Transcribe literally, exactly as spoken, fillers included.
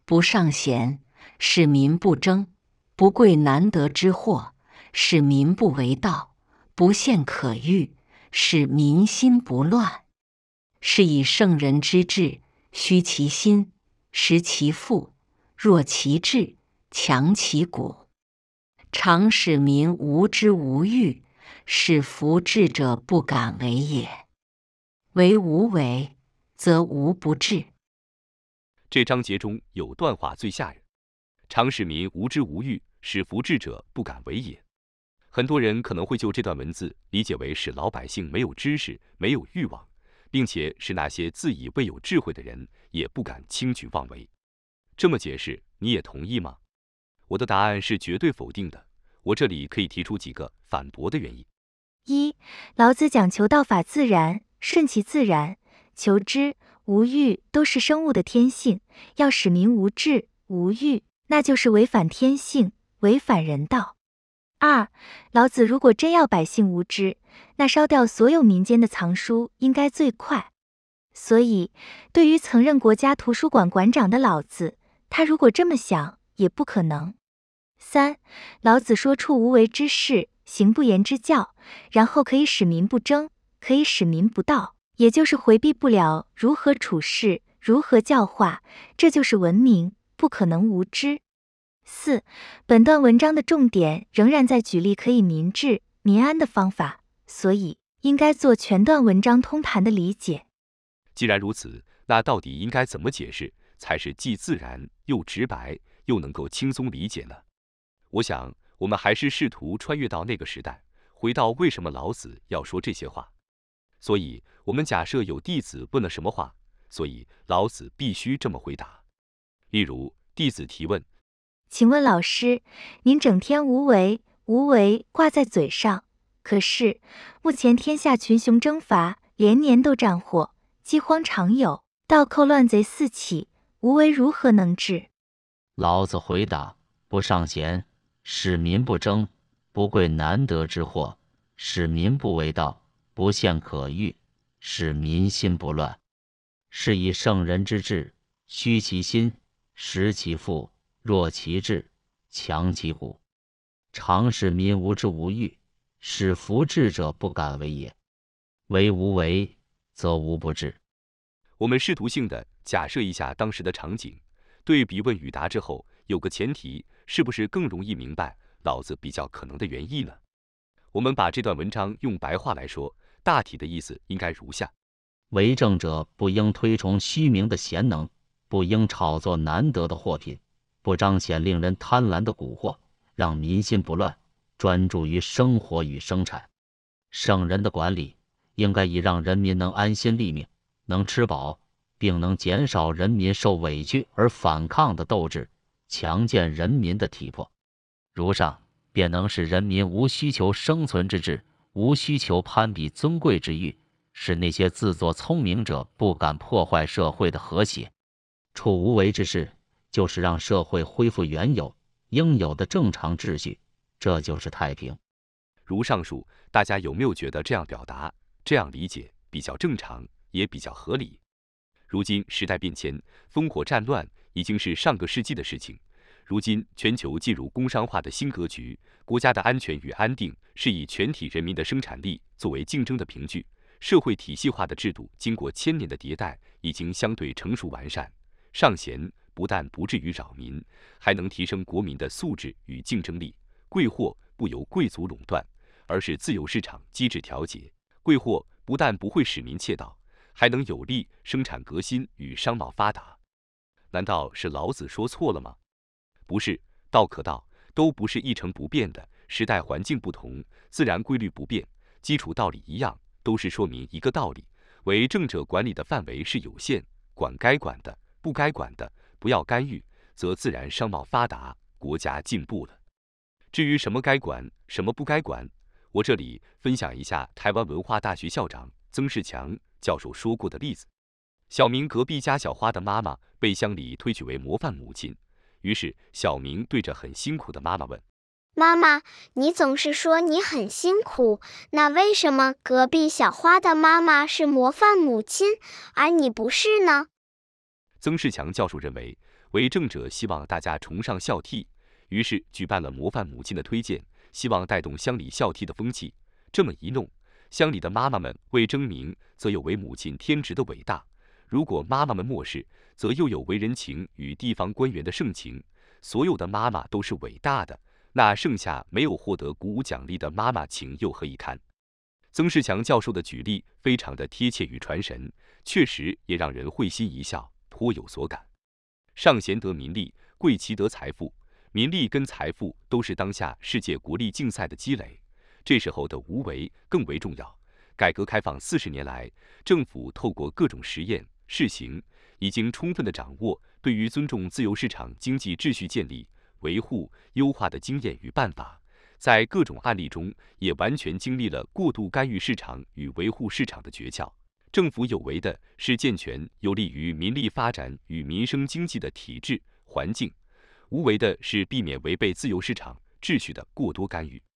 不尚贤，使民不争；不贵难得之货，使民不为盗；不陷可欲，使民心不乱。是以圣人之治，虚其心，实其腹，弱其志，强其骨。常使民无知无欲，使夫智者不敢为也。为无为，则无不治。 这章节中有段话最吓人：常使民无知无欲，使夫智者不敢为也。很多人可能会就这段文字理解为使老百姓没有知识、没有欲望，并且使那些自以为有智慧的人也不敢轻举妄为。这么解释，你也同意吗？我的答案是绝对否定的。我这里可以提出几个反驳的原因。 一、老子讲求道法自然，顺其自然，求知、无欲都是生物的天性，要使民无智、无欲，那就是违反天性，违反人道。二、老子如果真要百姓无知，那烧掉所有民间的藏书应该最快。所以，对于曾任国家图书馆馆长的老子，他如果这么想，也不可能。三、老子说出无为之事，行不言之教，然后可以使民不争，可以使民不盗，也就是回避不了如何处事，如何教化，这就是文明，不可能无知。四、本段文章的重点仍然在举例可以民治、民安的方法，所以应该做全段文章通盘的理解。 既然如此，那到底应该怎么解释，才是既自然又直白，又能够轻松理解呢？我想，我们还是试图穿越到那个时代，回到为什么老子要说这些话。所以，我们假设有弟子问了什么话，所以老子必须这么回答。例如，弟子提问： 请问老师，您整天无为，无为挂在嘴上，可是目前天下群雄征伐，连年都战祸，饥荒常有，盗寇乱贼四起，无为如何能治？ 老子回答：不尚贤，使民不争；不贵难得之货，使民不为盗；不陷可欲，使民心不乱。是以圣人之治，虚其心，实其腹，弱其志，强其骨。常使民无知无欲，使夫智者不敢为也。为无为，则无不治。 我们试图性的假设一下当时的场景，对比问与答之后，有个前提，是不是更容易明白老子比较可能的原意呢？我们把这段文章用白话来说，大体的意思应该如下： 为政者不应推崇虚名的贤能，不应炒作难得的货品，不彰显令人贪婪的蛊惑，让民心不乱，专注于生活与生产。圣人的管理应该以让人民能安心立命，能吃饱，并能减少人民受委屈而反抗的斗志，强健人民的体魄。如上，便能使人民无需求生存之志，无需求攀比尊贵之欲，使那些自作聪明者不敢破坏社会的和谐。处无为之事，就是让社会恢复原有应有的正常秩序，这就是太平。 如上述，大家有没有觉得这样表达、这样理解比较正常，也比较合理？如今时代变迁，烽火战乱已经是上个世纪的事情。如今全球进入工商化的新格局，国家的安全与安定是以全体人民的生产力作为竞争的凭据。社会体系化的制度经过千年的迭代，已经相对成熟完善。尚贤不但不至于扰民，还能提升国民的素质与竞争力。贵货不由贵族垄断，而是自由市场机制调节。贵货不但不会使民窃盗，还能有利生产革新与商贸发达。难道是老子说错了吗？不是，道可道，都不是一成不变的。时代环境不同，自然规律不变，基础道理一样，都是说明一个道理：为政者管理的范围是有限，管该管的，不该管的不要干预，则自然商贸发达，国家进步了。至于什么该管，什么不该管，我这里分享一下台湾文化大学校长曾仕强教授说过的例子。小明隔壁家小花的妈妈被乡里推举为模范母亲，于是小明对着很辛苦的妈妈问： 妈妈，你总是说你很辛苦，那为什么隔壁小花的妈妈是模范母亲，而你不是呢？ 曾仕强教授认为， 为政者希望大家崇尚孝悌，于是举办了模范母亲的推荐，希望带动乡里孝悌的风气。这么一弄，乡里的妈妈们为争名，则有为母亲天职的伟大；如果妈妈们漠视，则又有为人情与地方官员的盛情。所有的妈妈都是伟大的，那剩下没有获得鼓舞奖励的妈妈情又何以堪？曾仕强教授的举例非常的贴切与传神，确实也让人会心一笑，颇有所感。上贤得民利，贵其得财富。民利跟财富都是当下世界国力竞赛的积累，这时候的无为更为重要。改革开放四十年来，政府透过各种实验试行，已经充分的掌握对于尊重自由市场经济秩序建立、维护、优化的经验与办法，在各种案例中也完全经历了过度干预市场与维护市场的诀窍。政府有为的是健全有利于民利发展与民生经济的体制环境，无为的是避免违背自由市场秩序的过多干预。